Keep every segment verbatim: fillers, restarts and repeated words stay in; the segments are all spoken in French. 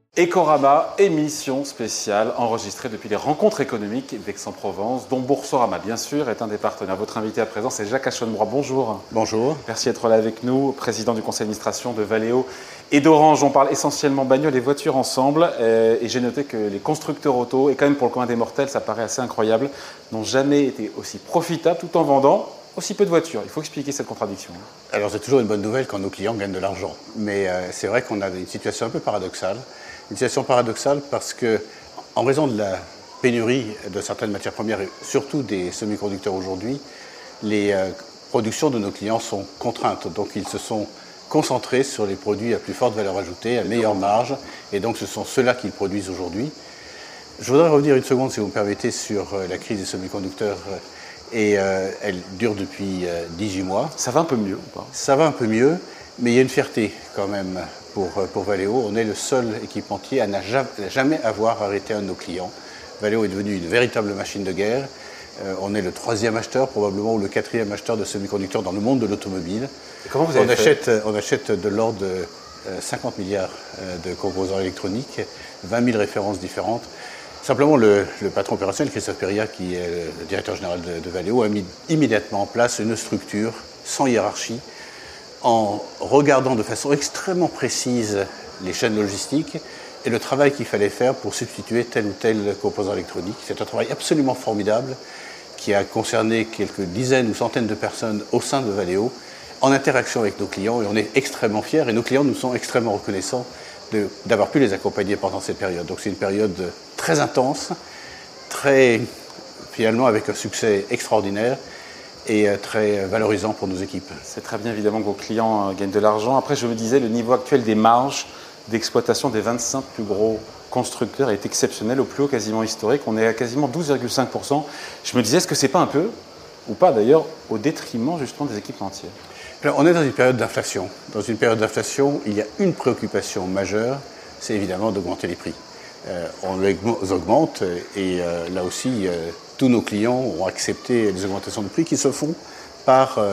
Ecorama, émission spéciale enregistrée depuis les rencontres économiques d'Aix-en-Provence, dont Boursorama, bien sûr, est un des partenaires. Votre invité à présent, c'est Jacques Aschenbroich. Bonjour. Bonjour. Merci d'être là avec nous, président du conseil d'administration de Valeo et d'Orange. On parle essentiellement bagnole et voitures ensemble. Euh, et j'ai noté que les constructeurs auto, et quand même pour le commun des mortels, ça paraît assez incroyable, n'ont jamais été aussi profitables tout en vendant aussi peu de voitures. Il faut expliquer cette contradiction. Alors, c'est toujours une bonne nouvelle quand nos clients gagnent de l'argent. Mais euh, c'est vrai qu'on a une situation un peu paradoxale. Une situation paradoxale parce que, en raison de la pénurie de certaines matières premières et surtout des semi-conducteurs aujourd'hui, les euh, productions de nos clients sont contraintes. Donc, ils se sont concentrés sur les produits à plus forte valeur ajoutée, à meilleure marge. Et donc, ce sont ceux-là qu'ils produisent aujourd'hui. Je voudrais revenir une seconde, si vous me permettez, sur euh, la crise des semi-conducteurs. Et euh, elle dure depuis euh, dix-huit mois. Ça va un peu mieux ou pas? Ça va un peu mieux, mais il y a une fierté quand même pour, pour Valeo. On est le seul équipementier à ne jamais avoir arrêté un de nos clients. Valeo est devenu une véritable machine de guerre. Euh, on est le troisième acheteur, probablement, ou le quatrième acheteur de semi-conducteurs dans le monde de l'automobile. Comment vous avez on, fait achète, on achète de l'ordre de euh, cinquante milliards euh, de composants électroniques, vingt mille références différentes. Simplement, le, le patron opérationnel, Christophe Périllat, qui est le directeur général de, de Valeo, a mis immédiatement en place une structure sans hiérarchie, en regardant de façon extrêmement précise les chaînes logistiques et le travail qu'il fallait faire pour substituer tel ou tel composant électronique. C'est un travail absolument formidable qui a concerné quelques dizaines ou centaines de personnes au sein de Valeo, en interaction avec nos clients, et on est extrêmement fiers, et nos clients nous sont extrêmement reconnaissants de, d'avoir pu les accompagner pendant cette période. Donc c'est une période très intense, très, finalement avec un succès extraordinaire et très valorisant pour nos équipes. C'est très bien évidemment que vos clients gagnent de l'argent. Après, je me disais, le niveau actuel des marges d'exploitation des vingt-cinq plus gros constructeurs est exceptionnel, au plus haut quasiment historique. On est à quasiment douze virgule cinq pour cent. Je me disais, est-ce que c'est pas un peu, ou pas d'ailleurs, au détriment justement des équipementiers? Alors, on est dans une période d'inflation. Dans une période d'inflation, il y a une préoccupation majeure, c'est évidemment d'augmenter les prix. Euh, on les augmente et euh, là aussi, euh, tous nos clients ont accepté les augmentations de prix qui se font par, euh,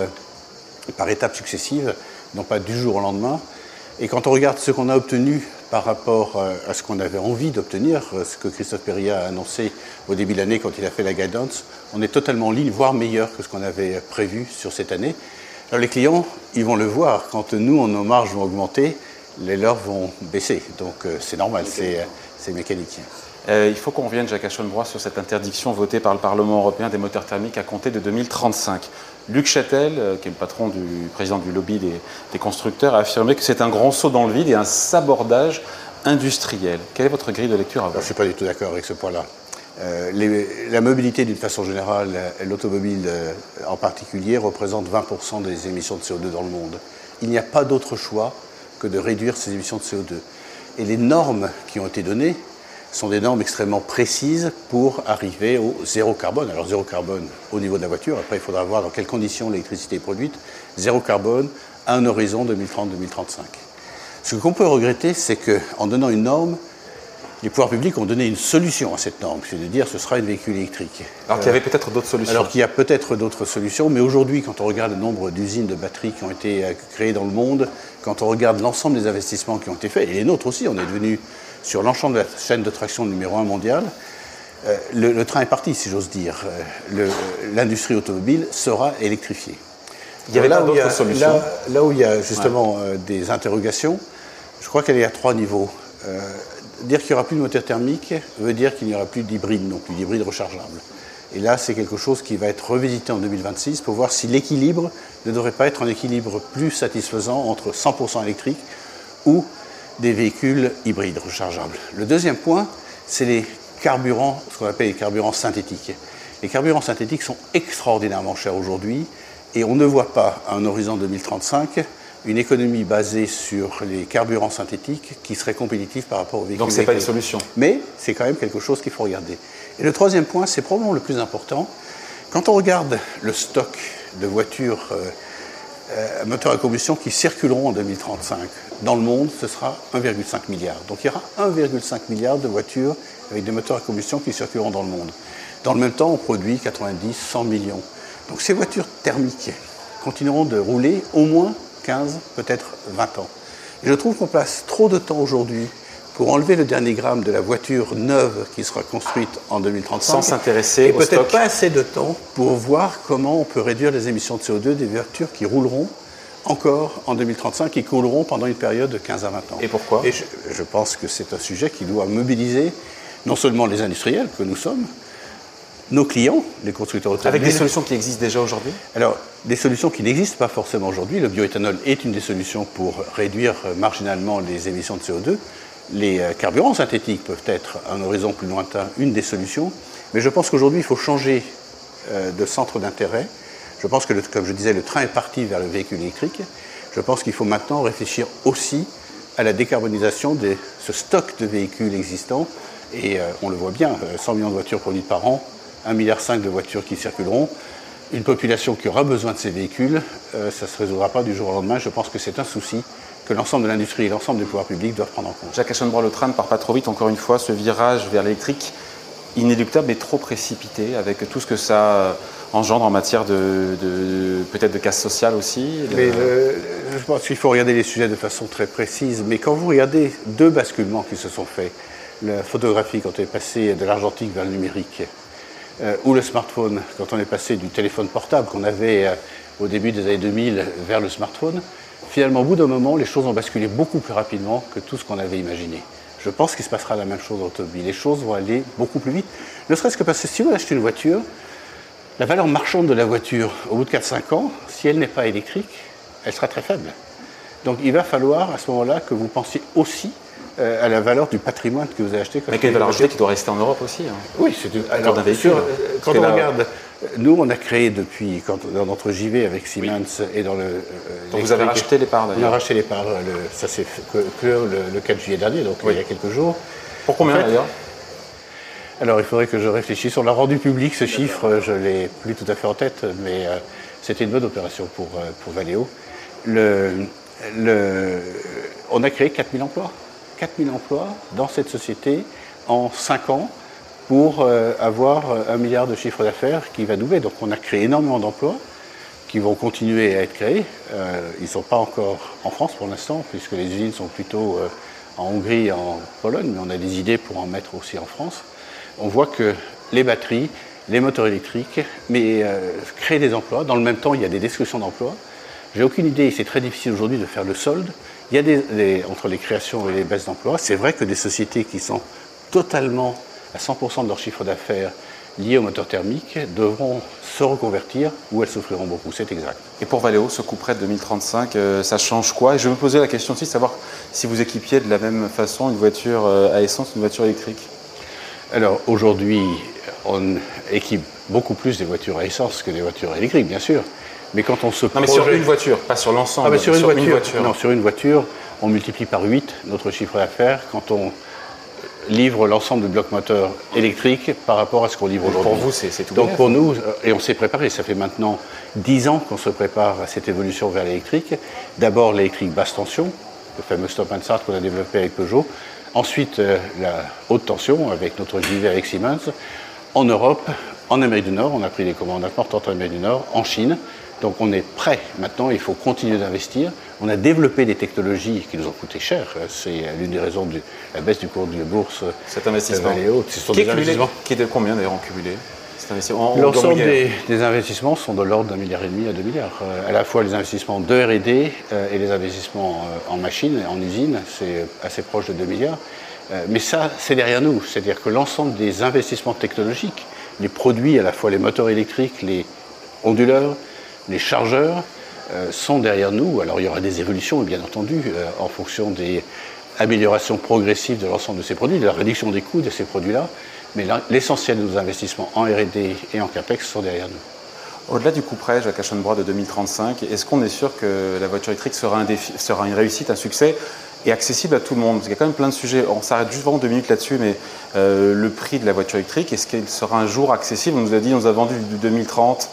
par étapes successives, non pas du jour au lendemain. Et quand on regarde ce qu'on a obtenu par rapport euh, à ce qu'on avait envie d'obtenir, euh, ce que Christophe Périllat a annoncé au début de l'année quand il a fait la guidance, on est totalement en ligne, voire meilleur que ce qu'on avait prévu sur cette année. Alors les clients, ils vont le voir, quand nous, nos marges vont augmenter, les leurs vont baisser. Donc euh, c'est normal, c'est, euh, c'est mécanique. Euh, il faut qu'on revienne, Jacques Aschenbroich, sur cette interdiction votée par le Parlement européen des moteurs thermiques à compter de deux mille trente-cinq. Luc Châtel, euh, qui est le patron du président du lobby des, des constructeurs, a affirmé que c'est un grand saut dans le vide et un sabordage industriel. Quelle est votre grille de lecture à vous? Je ne suis pas du tout d'accord avec ce point-là. Euh, les, la mobilité d'une façon générale, l'automobile euh, en particulier, représente vingt pour cent des émissions de C O deux dans le monde. Il n'y a pas d'autre choix que de réduire ces émissions de C O deux. Et les normes qui ont été données sont des normes extrêmement précises pour arriver au zéro carbone. Alors zéro carbone au niveau de la voiture, après il faudra voir dans quelles conditions l'électricité est produite, zéro carbone à un horizon deux mille trente deux mille trente-cinq. Ce qu'on peut regretter, c'est qu'en donnant une norme, les pouvoirs publics ont donné une solution à cette norme, c'est de dire que ce sera un véhicule électrique. Alors qu'il y avait peut-être d'autres solutions. Alors qu'il y a peut-être d'autres solutions, mais aujourd'hui, quand on regarde le nombre d'usines de batteries qui ont été créées dans le monde, quand on regarde l'ensemble des investissements qui ont été faits, et les nôtres aussi, on est devenu sur l'ensemble de la chaîne de traction numéro un mondiale, euh, le, le train est parti, si j'ose dire. Le, l'industrie automobile sera électrifiée. Il y avait là pas d'autres a, solutions. Là, là où il y a justement ouais. euh, des interrogations, je crois qu'il y a trois niveaux. Euh, Dire qu'il n'y aura plus de moteur thermique veut dire qu'il n'y aura plus d'hybride non plus, d'hybride rechargeable. Et là, c'est quelque chose qui va être revisité en deux mille vingt-six pour voir si l'équilibre ne devrait pas être un équilibre plus satisfaisant entre cent pour cent électrique ou des véhicules hybrides rechargeables. Le deuxième point, c'est les carburants, ce qu'on appelle les carburants synthétiques. Les carburants synthétiques sont extraordinairement chers aujourd'hui et on ne voit pas à un horizon deux mille trente-cinq une économie basée sur les carburants synthétiques qui serait compétitive par rapport aux véhicules. Donc ce n'est pas une solution. Mais c'est quand même quelque chose qu'il faut regarder. Et le troisième point, c'est probablement le plus important. Quand on regarde le stock de voitures euh, euh, moteurs à combustion qui circuleront en deux mille trente-cinq dans le monde, ce sera un virgule cinq milliard. Donc il y aura un virgule cinq milliard de voitures avec des moteurs à combustion qui circuleront dans le monde. Dans le même temps, on produit quatre-vingt-dix à cent millions. Donc ces voitures thermiques continueront de rouler au moins quinze, peut-être vingt ans. Et je trouve qu'on passe trop de temps aujourd'hui pour enlever le dernier gramme de la voiture neuve qui sera construite en deux mille trente-cinq. Sans s'intéresser au stock. Et peut-être pas assez de temps pour voir comment on peut réduire les émissions de C O deux des voitures qui rouleront encore en deux mille trente-cinq et qui rouleront pendant une période de quinze à vingt ans. Et pourquoi ? Et je, je pense que c'est un sujet qui doit mobiliser non seulement les industriels que nous sommes, nos clients, les constructeurs automobiles. Avec des solutions qui existent déjà aujourd'hui ? Alors, des solutions qui n'existent pas forcément aujourd'hui. Le bioéthanol est une des solutions pour réduire marginalement les émissions de C O deux. Les carburants synthétiques peuvent être, à un horizon plus lointain, une des solutions. Mais je pense qu'aujourd'hui, il faut changer de centre d'intérêt. Je pense que, le, comme je disais, le train est parti vers le véhicule électrique. Je pense qu'il faut maintenant réfléchir aussi à la décarbonisation de ce stock de véhicules existants. Et euh, on le voit bien, cent millions de voitures produites par an, un virgule cinq milliard de voitures qui circuleront, une population qui aura besoin de ces véhicules, euh, ça ne se résoudra pas du jour au lendemain. Je pense que c'est un souci que l'ensemble de l'industrie et l'ensemble des pouvoirs publics doivent prendre en compte. Jacques Aschenbroich, le train ne part pas trop vite, encore une fois, ce virage vers l'électrique inéluctable mais trop précipité, avec tout ce que ça engendre en matière de, de peut-être de casse sociale aussi. De... Mais le, je pense qu'il faut regarder les sujets de façon très précise, mais quand vous regardez deux basculements qui se sont faits, la photographie quand on est passé de l'argentique vers le numérique, euh, ou le smartphone quand on est passé du téléphone portable qu'on avait euh, au début des années deux mille vers le smartphone, finalement au bout d'un moment les choses ont basculé beaucoup plus rapidement que tout ce qu'on avait imaginé. Je pense qu'il se passera la même chose en automobile. Les choses vont aller beaucoup plus vite, ne serait-ce que parce que si vous achetez une voiture, la valeur marchande de la voiture au bout de quatre à cinq ans, si elle n'est pas électrique, elle sera très faible. Donc il va falloir à ce moment-là que vous pensiez aussi euh, à la valeur du patrimoine que vous avez acheté. Mais quelle valeur ajoutée qui doit rester en Europe aussi hein. Oui, c'est alors d'un véhicule. Sur, quand on là... regarde, nous on a créé depuis, quand, dans notre J V avec Siemens oui. et dans le... Euh, donc vous avez racheté les parts d'ailleurs. On a racheté les parts, le, ça s'est que, que le, le quatre juillet dernier, donc oui. il y a quelques jours. Pour combien en fait, d'ailleurs? Alors il faudrait que je réfléchisse. On l'a rendu public ce chiffre, je ne l'ai plus tout à fait en tête, mais euh, c'était une bonne opération pour, euh, pour Valeo. Le, le, on a créé quatre mille emplois. quatre mille emplois dans cette société en cinq ans pour euh, avoir un milliard de chiffre d'affaires qui va doubler. Donc on a créé énormément d'emplois qui vont continuer à être créés. Euh, ils ne sont pas encore en France pour l'instant, puisque les usines sont plutôt euh, en Hongrie et en Pologne, mais on a des idées pour en mettre aussi en France. On voit que les batteries, les moteurs électriques, mais euh, créent des emplois. Dans le même temps, il y a des destructions d'emplois. J'ai aucune idée, et c'est très difficile aujourd'hui de faire le solde. Il y a des, des, entre les créations et les baisses d'emplois. C'est vrai que des sociétés qui sont totalement à cent pour cent de leur chiffre d'affaires liés au moteur thermique devront se reconvertir ou elles souffriront beaucoup, c'est exact. Et pour Valeo, ce coup près de deux mille trente-cinq, euh, ça change quoi? Et je me posais la question aussi de savoir si vous équipiez de la même façon une voiture à essence, une voiture électrique. Alors aujourd'hui, on équipe beaucoup plus des voitures à essence que des voitures électriques, bien sûr. Mais quand on se non, mais sur une voiture, pas sur l'ensemble. Ah, mais sur, une, sur voiture, une voiture. Non, sur une voiture, on multiplie par huit notre chiffre d'affaires quand on livre l'ensemble du bloc moteur électrique par rapport à ce qu'on livre aujourd'hui. Pour vous, c'est tout. Donc bref. Pour nous, et on s'est préparé, ça fait maintenant dix ans qu'on se prépare à cette évolution vers l'électrique. D'abord l'électrique basse tension, le fameux stop and start qu'on a développé avec Peugeot. Ensuite, euh, la haute tension avec notre J V avec Siemens. En Europe, en Amérique du Nord, on a pris des commandes importantes en Amérique du Nord, en Chine. Donc on est prêt maintenant, il faut continuer d'investir. On a développé des technologies qui nous ont coûté cher. C'est l'une des raisons de la baisse du cours de la bourse. Cet investissement. Valeo. Ce sont qui, des est investissements. qui est de combien d'ailleurs en cumulé? L'ensemble des, des investissements sont de l'ordre d'un milliard et demi à deux milliards. Euh, à la fois les investissements de R et D euh, et les investissements euh, en machines, en usines, c'est assez proche de deux milliards. Euh, mais ça, c'est derrière nous. C'est-à-dire que l'ensemble des investissements technologiques, les produits, à la fois les moteurs électriques, les onduleurs, les chargeurs, euh, sont derrière nous. Alors il y aura des évolutions, bien entendu, euh, en fonction des améliorations progressives de l'ensemble de ces produits, de la réduction des coûts de ces produits-là. Mais l'essentiel de nos investissements en R et D et en CAPEX sont derrière nous. Au-delà du coup près, Jacques Aschenbroich, de deux mille trente-cinq, est-ce qu'on est sûr que la voiture électrique sera, un défi, sera une réussite, un succès et accessible à tout le monde? Parce qu'il y a quand même plein de sujets. On s'arrête juste vraiment deux minutes là-dessus, mais euh, le prix de la voiture électrique, est-ce qu'il sera un jour accessible? On nous a dit, on nous a vendu du deux mille trente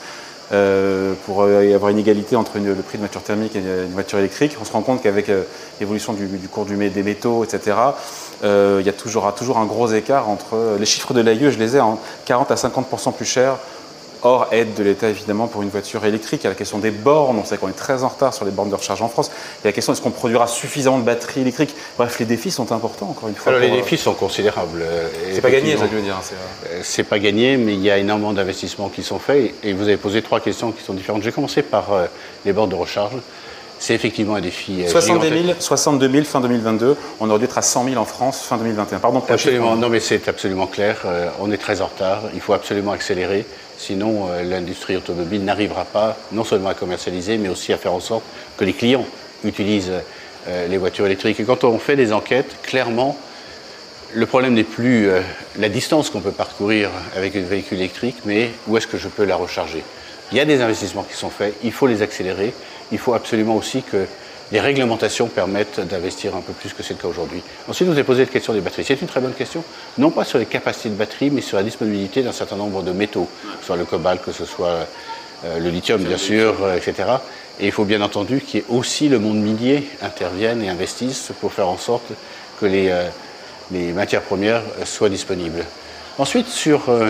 euh, pour y avoir une égalité entre une, le prix de voiture thermique et une voiture électrique. On se rend compte qu'avec euh, l'évolution du, du cours du, des métaux, et cetera, euh, il y a toujours, toujours un gros écart entre les chiffres de l'A I E, je les ai, hein, quarante à cinquante pour cent plus cher hors aide de l'État évidemment pour une voiture électrique. Il y a la question des bornes, on sait qu'on est très en retard sur les bornes de recharge en France. Il y a la question, est-ce qu'on produira suffisamment de batteries électriques? Bref, les défis sont importants encore une fois. Alors pour, les défis sont considérables. C'est pas gagné, ça veut dire. C'est pas gagné, mais il y a énormément d'investissements qui sont faits et vous avez posé trois questions qui sont différentes. Je vais commencer par euh, les bornes de recharge. C'est effectivement un défi soixante-deux mille fin deux mille vingt-deux, on aurait dû être à cent mille en France fin deux mille vingt et un. Pardon pour Absolument, non mais c'est absolument clair. Euh, on est très en retard, il faut absolument accélérer. Sinon, euh, l'industrie automobile n'arrivera pas non seulement à commercialiser, mais aussi à faire en sorte que les clients utilisent euh, les voitures électriques. Et quand on fait des enquêtes, clairement, le problème n'est plus euh, la distance qu'on peut parcourir avec un véhicule électrique, mais où est-ce que je peux la recharger. Il y a des investissements qui sont faits, il faut les accélérer. Il faut absolument aussi que les réglementations permettent d'investir un peu plus que c'est le cas aujourd'hui. Ensuite, vous avez posé la question des batteries. C'est une très bonne question, non pas sur les capacités de batterie, mais sur la disponibilité d'un certain nombre de métaux, que ce soit le cobalt, que ce soit euh, le lithium, bien sûr, euh, et cetera. Et il faut bien entendu qu'il y ait aussi le monde minier intervienne et investisse pour faire en sorte que les, euh, les matières premières soient disponibles. Ensuite, sur, euh,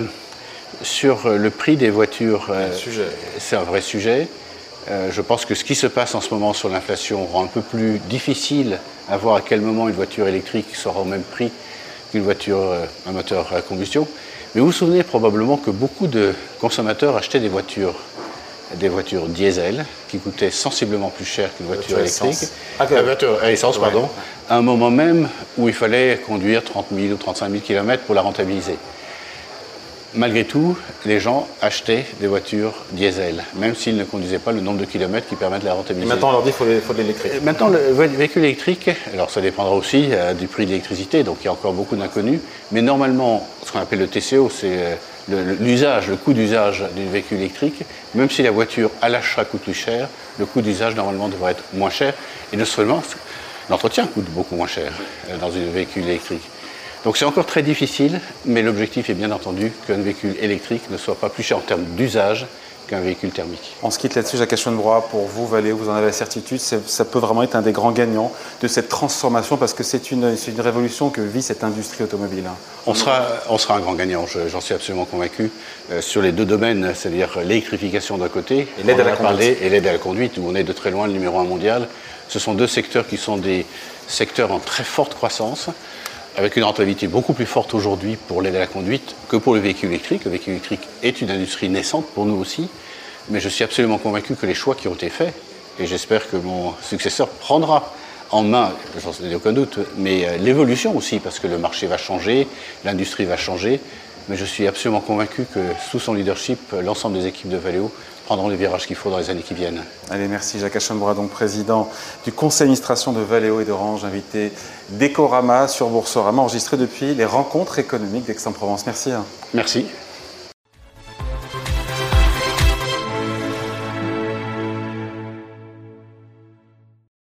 sur le prix des voitures, euh, c'est un vrai sujet. Euh, je pense que ce qui se passe en ce moment sur l'inflation rend un peu plus difficile à voir à quel moment une voiture électrique sera au même prix qu'une voiture, euh, un moteur à combustion. Mais vous vous souvenez probablement que beaucoup de consommateurs achetaient des voitures, des voitures diesel qui coûtaient sensiblement plus cher qu'une voiture électrique. Ah, okay. Une voiture à essence, ouais. Pardon, à un moment même où il fallait conduire trente mille ou trente-cinq mille kilomètres pour la rentabiliser. Malgré tout, les gens achetaient des voitures diesel, même s'ils ne conduisaient pas le nombre de kilomètres qui permettent de la rentabiliser. Et maintenant, on leur dit qu'il faut de l'électrique. Maintenant, le véhicule électrique, alors ça dépendra aussi euh, du prix de l'électricité, donc il y a encore beaucoup d'inconnus, mais normalement, ce qu'on appelle le T C O, c'est euh, l'usage, le, le coût d'usage du véhicule électrique. Même si la voiture à l'achat coûte plus cher, le coût d'usage normalement devrait être moins cher, et non seulement, l'entretien coûte beaucoup moins cher euh, dans un véhicule électrique. Donc c'est encore très difficile, mais l'objectif est bien entendu qu'un véhicule électrique ne soit pas plus cher en termes d'usage qu'un véhicule thermique. On se quitte là-dessus, Jacques Aschenbroich. Pour vous, Valeo, vous en avez la certitude, ça peut vraiment être un des grands gagnants de cette transformation, parce que c'est une, une révolution que vit cette industrie automobile. On sera, on sera un grand gagnant, j'en suis absolument convaincu, euh, sur les deux domaines, c'est-à-dire l'électrification d'un côté et l'aide à la conduite. Et l'aide à la conduite, où on est de très loin le numéro un mondial. Ce sont deux secteurs qui sont des secteurs en très forte croissance, avec une rentabilité beaucoup plus forte aujourd'hui pour l'aide à la conduite que pour le véhicule électrique. Le véhicule électrique est une industrie naissante pour nous aussi, mais je suis absolument convaincu que les choix qui ont été faits, et j'espère que mon successeur prendra en main, j'en ai aucun doute, mais l'évolution aussi, parce que le marché va changer, l'industrie va changer, mais je suis absolument convaincu que sous son leadership, l'ensemble des équipes de Valeo prendront les virages qu'il faut dans les années qui viennent. Allez, merci Jacques Aschenbroich, donc président du conseil d'administration de Valeo et d'Orange, invité d'Ecorama sur Boursorama, enregistré depuis les rencontres économiques d'Aix-en-Provence. Merci. Merci.